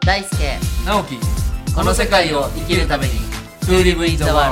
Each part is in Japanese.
大輔直樹、 この世界を生きるために To live in the world。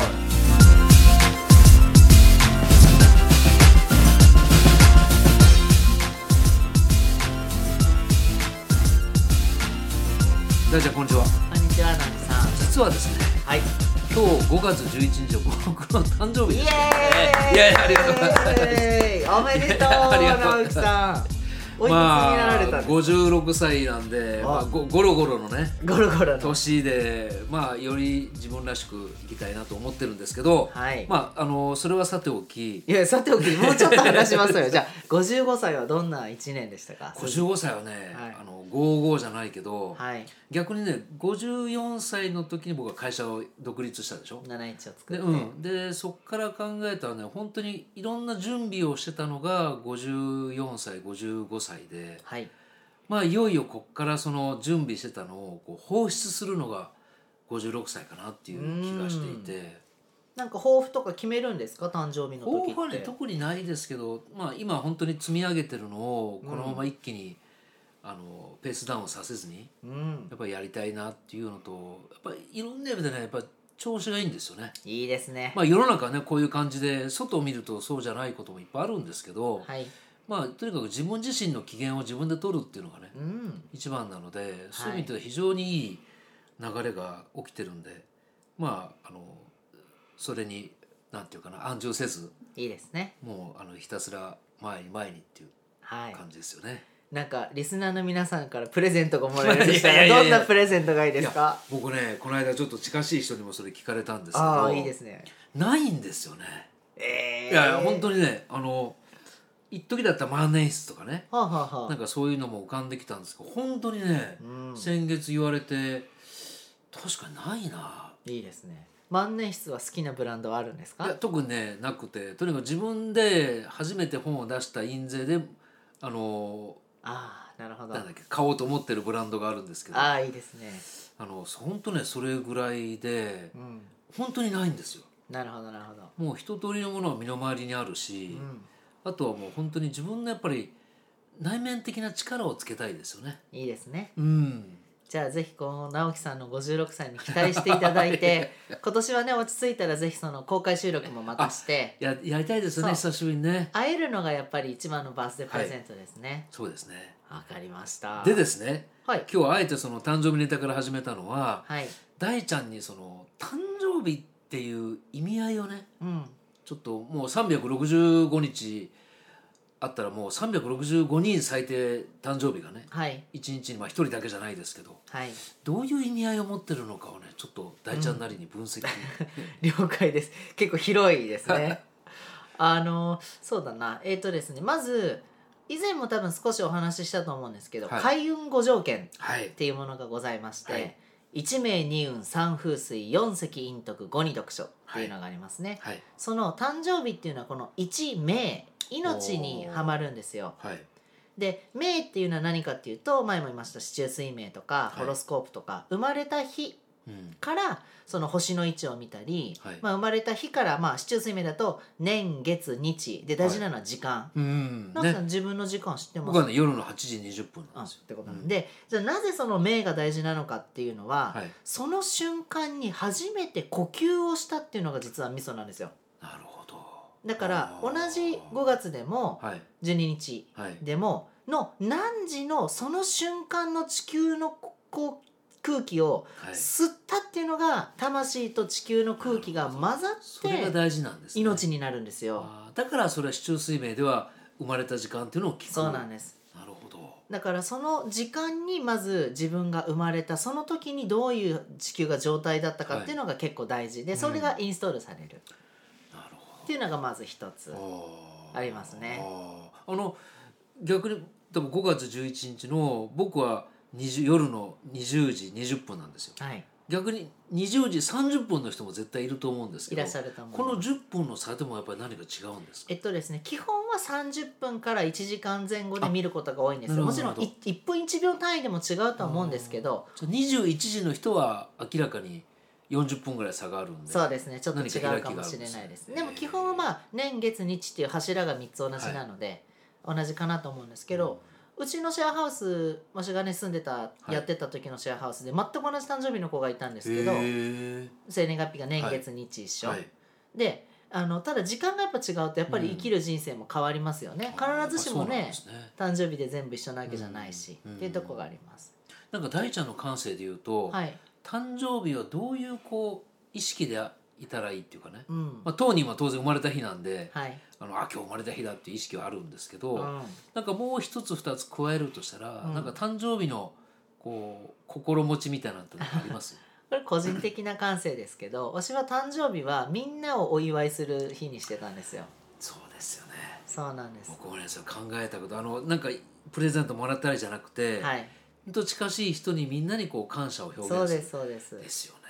大ちゃんこんにちは。 こんにちは、直樹さん。 実はですね、 はい、 今日5月11日は僕の誕生日イです。 エーイ。 いやいや、ありがとうございます。 おめでとう、 ありがとう直樹さん。おいくつになられたんですか。 56歳なんで、ゴロゴロのねゴロゴロの年で、より自分らしく生きたいなと思ってるんですけど、 はい、 それはさておき、 いや、さておきもうちょっと話しますよ。じゃあ55歳はどんな1年でしたか。 55歳はね、 はい、 55じゃないけど、 はい、 逆にね54歳の時に僕は会社を独立したでしょ。 71を作って、 でそっから考えたらね、本当にいろんな準備をしてたのが54歳55歳で、 はい、 いよいよこっからその準備してたのをこう放出するのが56歳かなっていう気がしていて。 なんか抱負とか決めるんですか、誕生日の時って。 抱負はね特にないですけど、今本当に積み上げてるのをこのまま一気に、ペースダウンさせずに、やっぱりやりたいなっていうのと、やっぱりいろんな意味でね、やっぱ調子がいいんですよね。 いいですね。 世の中はねこういう感じで、外を見るとそうじゃないこともいっぱいあるんですけど、 はい、 とにかく自分自身の機嫌を自分で取るっていうのがね、一番なので、そういう意味で非常にいい流れが起きてるんで、それになんていうかな、安住せず、 いいですね。 もうひたすら前に前にっていう感じですよね。 なんかリスナーの皆さんからプレゼントがもらえるとしたらどんなプレゼントがいいですか。 僕ね、この間ちょっと近しい人にもそれ聞かれたんですけど、 いいですね。 ないんですよね。いや本当にね、一時だったら万年筆とかね、なんかそういうのも浮かんできたんですけど、本当にね、先月言われて確かにないな。 いいですね。万年筆は好きなブランドはあるんですか。 いや特にねなくて、とにかく自分で初めて本を出した印税でなるほど。 なんだっけ、買おうと思ってるブランドがあるんですけど、 いいですね。 本当ねそれぐらいで、本当にないんですよ。 なるほどなるほど。 もう一通りのものは身の回りにあるし、あとはもう本当に自分のやっぱり内面的な力をつけたいですよね。 いいですね。 うん。 じゃあぜひこの直樹さんの56歳に期待していただいて今年はね落ち着いたらぜひその公開収録もまたしてやりたいですよね、久しぶりにね。 会えるのがやっぱり一番のバースデープレゼントですね。 そうですね。 わかりました。 でですね、 今日あえてその誕生日ネタから始めたのは、大ちゃんにその誕生日っていう意味合いをね、ちょっともう365日あったら、もう365人最低誕生日がね、1日に1人だけじゃないですけど、どういう意味合いを持ってるのかをね、ちょっと大ちゃんなりに分析、 了解です。結構広いですね。そうだな、ですね、まず以前も多分少しお話ししたと思うんですけど、開運5条件っていうものがございまして、1名2運3風水4石陰徳5に読書っていうのがありますね。その誕生日っていうのはこの1名、命にはまるんですよ。で、命っていうのは何かっていうと、前も言いました四柱推命とかホロスコープとか、生まれた日からその星の位置を見たり、生まれた日から四柱推命だと年月日で、大事なのは時間。なんか自分の時間知ってます？ 僕はね、夜の8時20分なんですよ。 ってことなんで、じゃあなぜその命が大事なのかっていうのは、その瞬間に初めて呼吸をしたっていうのが実はミソなんですよ。なるほど。だから同じ5月でも12日でもの何時のその瞬間の地球のこう空気を吸ったっていうのが、魂と地球の空気が混ざってそれが大事なんですね。命になるんですよ。 だからそれは四柱推命では生まれた時間っていうのを聞く。 そうなんです。 なるほど。 だからその時間にまず自分が生まれたその時にどういう地球が状態だったかっていうのが結構大事で、それがインストールされるっていうのがまず一つありますね。 逆に多分5月11日の僕は夜の20時20分なんですよ。逆に20時30分の人も絶対いると思うんですけど、 いらっしゃると思う。 この10分の差でもやっぱり何か違うんですか？ ですね、基本は30分から1時間前後で見ることが多いんですよ。もちろん1分1秒単位でも違うとは思うんですけど、 21時の人は明らかに40分ぐらい差があるんで、 そうですね、ちょっと違うかもしれないです。でも基本は年月日っていう柱が3つ同じなので、同じかなと思うんですけど、 うちのシェアハウス、わしがね住んでた、 はい、 やってた時のシェアハウスで全く同じ誕生日の子がいたんですけど、生年月日が年月日一緒、はい、でただ時間がやっぱ違うとやっぱり生きる人生も変わりますよね、必ずしも ね誕生日で全部一緒なわけじゃないし、っていうところがあります。 なんか大ちゃんの感性で言うと、はい、誕生日はどういうこう意識でいたらいいっていうかね、当人は当然生まれた日なんで、はい、今日生まれた日だっていう意識はあるんですけど、なんかもう一つ二つ加えるとしたら、なんか誕生日のこう心持ちみたいなのってありますこれ個人的な感性ですけど、私は誕生日はみんなをお祝いする日にしてたんですよ。 そうですよね。 そうなんです。 僕もねそれ考えたことなんかプレゼントもらったりじゃなくて、はい、と近しい人にみんなにこう感謝を表現する。 そうですそうです。 ですよね。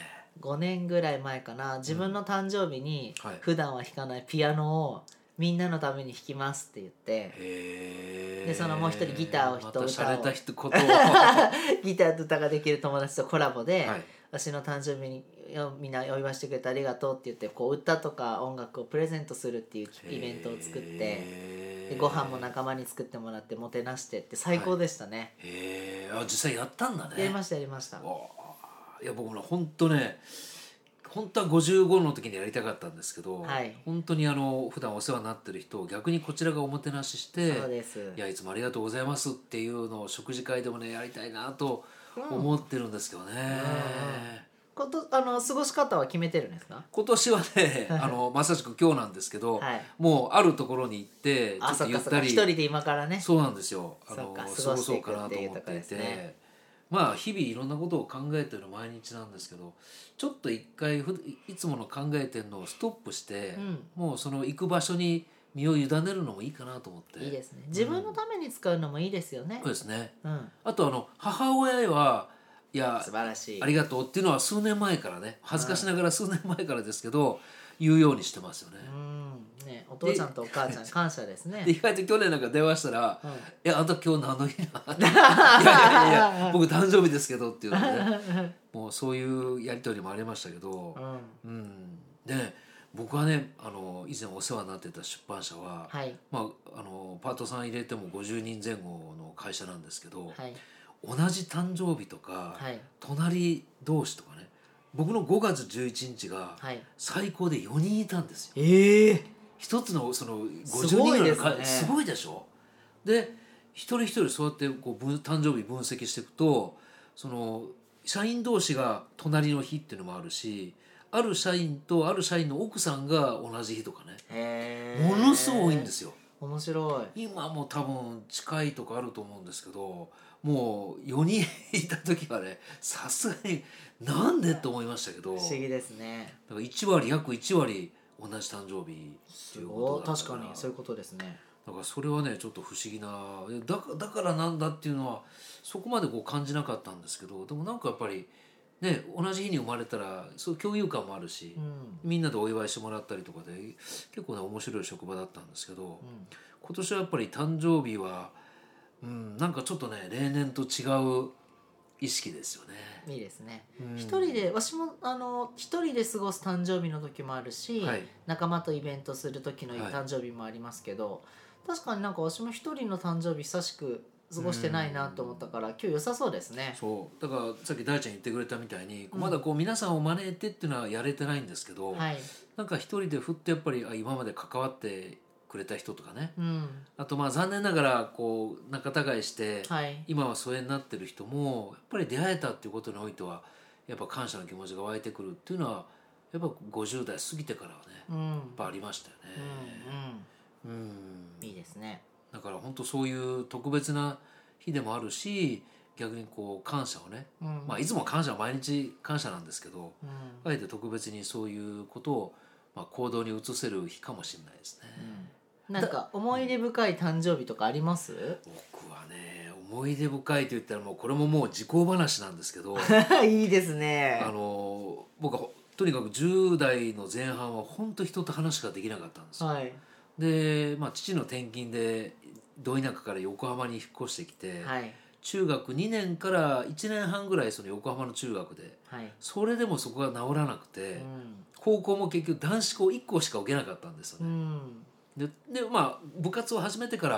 5年ぐらい前かな、自分の誕生日に普段は弾かないピアノをみんなのために弾きますって言って、でそのもう一人ギターを歌を、ギターと歌ができる友達とコラボで、はい、私の誕生日にみんなお祝いしてくれてありがとうって言ってこう歌とか音楽をプレゼントするっていうイベントを作って、でご飯も仲間に作ってもらってもてなしてって最高でしたね。 はい、実際やったんだね。 やりましたやりました。 いや僕も本当ね、本当は55の時にやりたかったんですけど、はい、本当に普段お世話になってる人を逆にこちらがおもてなしして、そうです、いやいつもありがとうございますっていうのを食事会でもねやりたいなと思ってるんですけどね。 過ごし方は決めてるんですか？ 今年はねまさしく今日なんですけど、はい、もうあるところに行ってちょっとゆったり一人で今からね、 そうなんですよ、過ごそうかなと思っていて、まあ日々いろんなことを考えてる毎日なんですけど、ちょっと一回いつもの考えてるのをストップして、もうその行く場所に身を委ねるのもいいかなと思って。 いいですね、自分のために使うのもいいですよね。 そうですね、あと母親はいや素晴らしいありがとうっていうのは数年前からね、恥ずかしながら数年前からですけど言うようにしてますよね。 ね、お父ちゃんとお母ちゃん感謝ですね。 で意外と去年なんか電話したら「いやあんた今日何の日な」いやいや僕誕生日ですけど」っていうのねもうそういうやり取りもありましたけど、で僕はね以前お世話になってた出版社は、はい、パートさん入れても50人前後の会社なんですけど、はい、同じ誕生日とか、はい、隣同士とかね、僕の5月11日が最高で4人いたんですよ。一つのその50人ぐらいの会、すごいでしょ。で一人一人そうやってこう誕生日分析していくと、その社員同士が隣の日っていうのもあるし、ある社員とある社員の奥さんが同じ日とかね、ものすごい多いんですよ。 面白い。 今も多分近いとこあると思うんですけど、もう4人いた時はねさすがになんでと思いましたけど、 不思議ですね。 だから約1割同じ誕生日っていうことだから、 確かにそういうことですね。 だからそれはねちょっと不思議な、だからなんだっていうのはそこまでこう感じなかったんですけど、でもなんかやっぱりね同じ日に生まれたらそう共有感もあるし、みんなでお祝いしてもらったりとかで結構ね面白い職場だったんですけど、今年はやっぱり誕生日は、なんかちょっとね例年と違う意識ですよね。 いいですね。一人で私も一人で過ごす誕生日の時もあるし、はい、仲間とイベントする時の誕生日もありますけど、確かになんか私も一人の誕生日久しく過ごしてないなと思ったから、今日良さそうですね。 そうだからさっき大ちゃん言ってくれたみたいに、まだこう皆さんを招いてっていうのはやれてないんですけど、なんか一人でふってやっぱり今まで関わってくれた人とかね、あと残念ながらこう仲違いして、今は疎遠になってる人もやっぱり出会えたっていうことにおいてはやっぱ感謝の気持ちが湧いてくるっていうのはやっぱ50代過ぎてからはね、やっぱありましたよね。 いいですね。 だから本当そういう特別な日でもあるし、逆にこう感謝をね、いつも感謝は毎日感謝なんですけど、あえて特別にそういうことを行動に移せる日かもしれないですね。 なんか思い出深い誕生日とかあります？ 僕はね思い出深いと言ったらこれももう時効話なんですけどいいですね。 僕はとにかく10代の前半は本当人と話ができなかったんですよ。で、父の転勤でど田舎から横浜に引っ越してきて、中学2年から1年半ぐらいその横浜の中学で、それでもそこが治らなくて、高校も結局男子校1校しか受けなかったんですよね。で部活を始めてから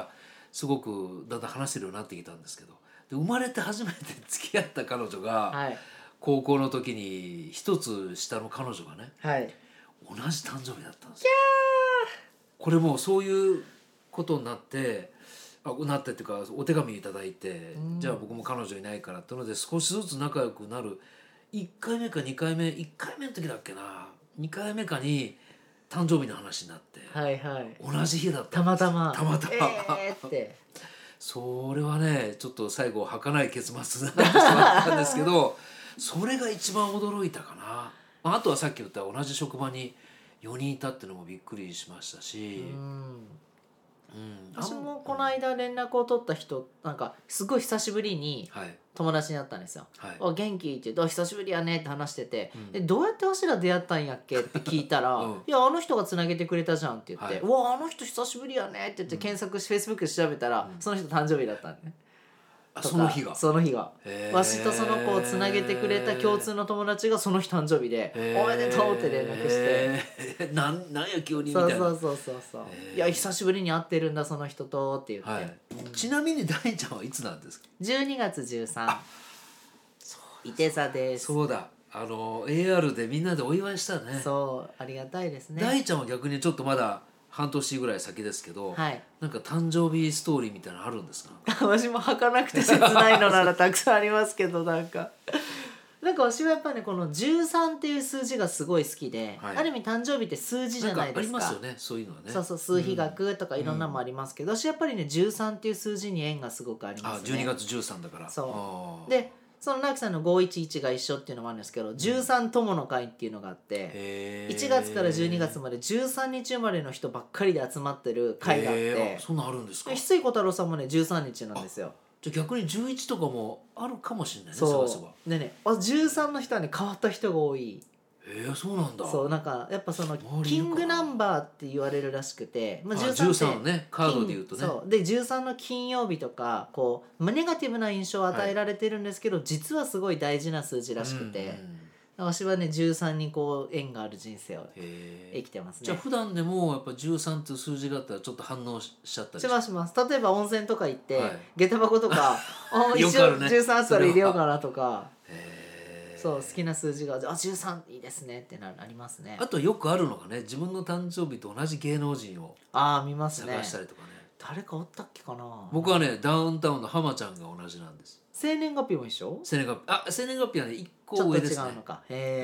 すごくだんだん話せるようになってきたんですけど、で生まれて初めて付き合った彼女が、はい、高校の時に一つ下の彼女がね、はい、同じ誕生日だったんですよ。これもうそういうことになってっていうかお手紙いただいて、じゃあ僕も彼女いないからってので少しずつ仲良くなる1回目か2回目1回目の時だっけな2回目かに誕生日の話になって、はいはい、同じ日だったんです。たまたまってそれはねちょっと最後儚い結末になってしまったんですけどそれが一番驚いたかな。あとはさっき言った同じ職場に4人いたっていうのもびっくりしましたし、 私もこの間連絡を取った人なんかすごい久しぶりに友達に会ったんですよ、はい、元気って言って久しぶりやねって話してて、どうやってわしら出会ったんやっけって聞いたら、いやあの人がつなげてくれたじゃんって言って、わあの人久しぶりやねって言って検索して Facebook で調べたら、その人誕生日だったんでね。 その日がわしとその子をつなげてくれた共通の友達がその日誕生日でおめでとうって連絡してなんや急にみたいな。 そういや久しぶりに会ってるんだその人とって言って、はい、 ちなみに大ちゃんはいつなんですか ？12月13いて座です。 そうだAR でみんなでお祝いしたね。 そうありがたいですね。 大ちゃんは逆にちょっとまだ半年ぐらい先ですけど、はい、なんか誕生日ストーリーみたいなのあるんですか？ 私も履かなくて切ないのならたくさんありますけどなんか私はやっぱりねこの13っていう数字がすごい好きで、はい、ある意味誕生日って数字じゃないですか。 なんかありますよねそういうのはね。 そう数比学とかいろんなのもありますけど、私やっぱりね13っていう数字に縁がすごくありますね。 12月13だから。 そうでその直樹さんの511が一緒っていうのもあるんですけど、13友の会っていうのがあって、1月から12月まで13日生まれの人ばっかりで集まってる会があって、 そんなあるんですか？ 翡翠小太郎さんもね13日なんですよ。 じゃあ逆に11とかもあるかもしれないね。 そうでね13の人はね変わった人が多い。 そうなんだ。 そうなんかやっぱそのキングナンバーって言われるらしくて、 13ねカードで言うとね。 そうで13の金曜日とかこうネガティブな印象を与えられてるんですけど、はい、実はすごい大事な数字らしくて、私はね13にこう縁がある人生を生きてますね。 じゃあ普段でもやっぱ13っていう数字があったらちょっと反応しちゃったりします。例えば温泉とか行って、はい、下駄箱とか一応13あったら入れようかなとか。そう好きな数字が13いいですねってなりますね。 あとよくあるのがね自分の誕生日と同じ芸能人を見ますね。 探したりとかね。 誰かおったっけかな。 僕はねダウンタウンの浜ちゃんが同じなんです。 生年月日も一緒？ 生年月日はね1個上ですね。 ちょっと違うのか。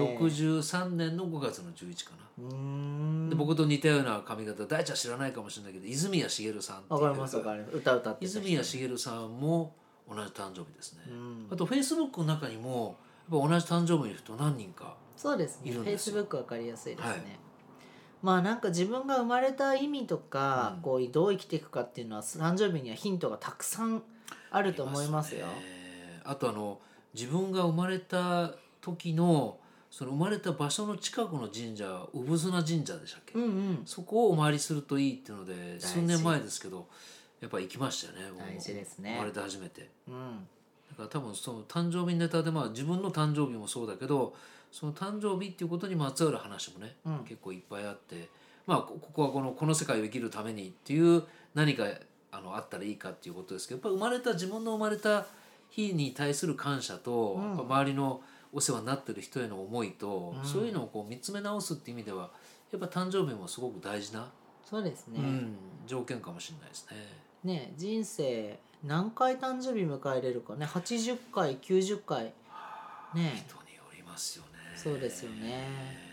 63年の5月の11かな。で僕と似たような髪型大ちゃん知らないかもしれないけど泉谷しげるさんっていう。 わかります歌ってた人。 泉谷しげるさんも同じ誕生日ですね。あとフェイスブックの中にも同じ誕生日の人何人かそうですね。フェイスブック分かりやすいですね、はい、まあなんか自分が生まれた意味とか、こうどう生きていくかっていうのは誕生日にはヒントがたくさんあると思いますよ。 あと自分が生まれた時のその生まれた場所の近くの神社産砂神社でしたっけ、そこをお参りするといいっていうので数年前ですけどやっぱ行きましたよね。 大事ですね。 生まれて初めて、だから多分その誕生日ネタで自分の誕生日もそうだけどその誕生日っていうことにまつわる話もね、結構いっぱいあって、ここはこの世界を生きるためにっていう何かあったらいいかっていうことですけど、やっぱ自分の生まれた日に対する感謝と、やっぱ周りのお世話になってる人への思いと、そういうのをこう見つめ直すっていう意味ではやっぱ誕生日もすごく大事なそうですね、 条件かもしれないですね。ね、人生何回誕生日迎えれるかね。80回90回ね。 人によりますよね。 そうですよね。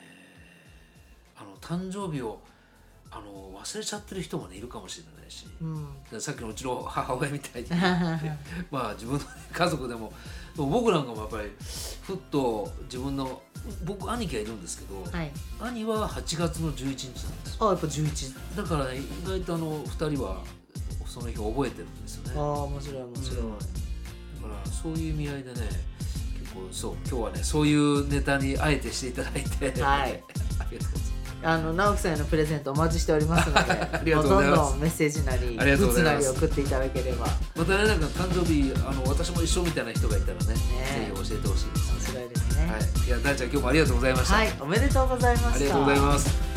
誕生日を忘れちゃってる人もねいるかもしれないし、さっきのうちの母親みたいに自分の家族でも僕なんかもやっぱりふっと僕兄貴がいるんですけど、兄は8月の11日なんですよ。 やっぱ11 だからね意外と2人はその日を覚えてるんですよね。 面白い面白い、だからそういう意味合いでね結構今日はねそういうネタにあえてしていただいて、ありがとうございます。 直樹さんへのプレゼントお待ちしておりますのでどんどんメッセージなりグッズなり送っていただければ。 またねなんか誕生日私も一緒みたいな人がいたらねぜひ教えてほしいですね。 面白いですね。 いや大ちゃん今日もありがとうございました。 おめでとうございました。 ありがとうございます。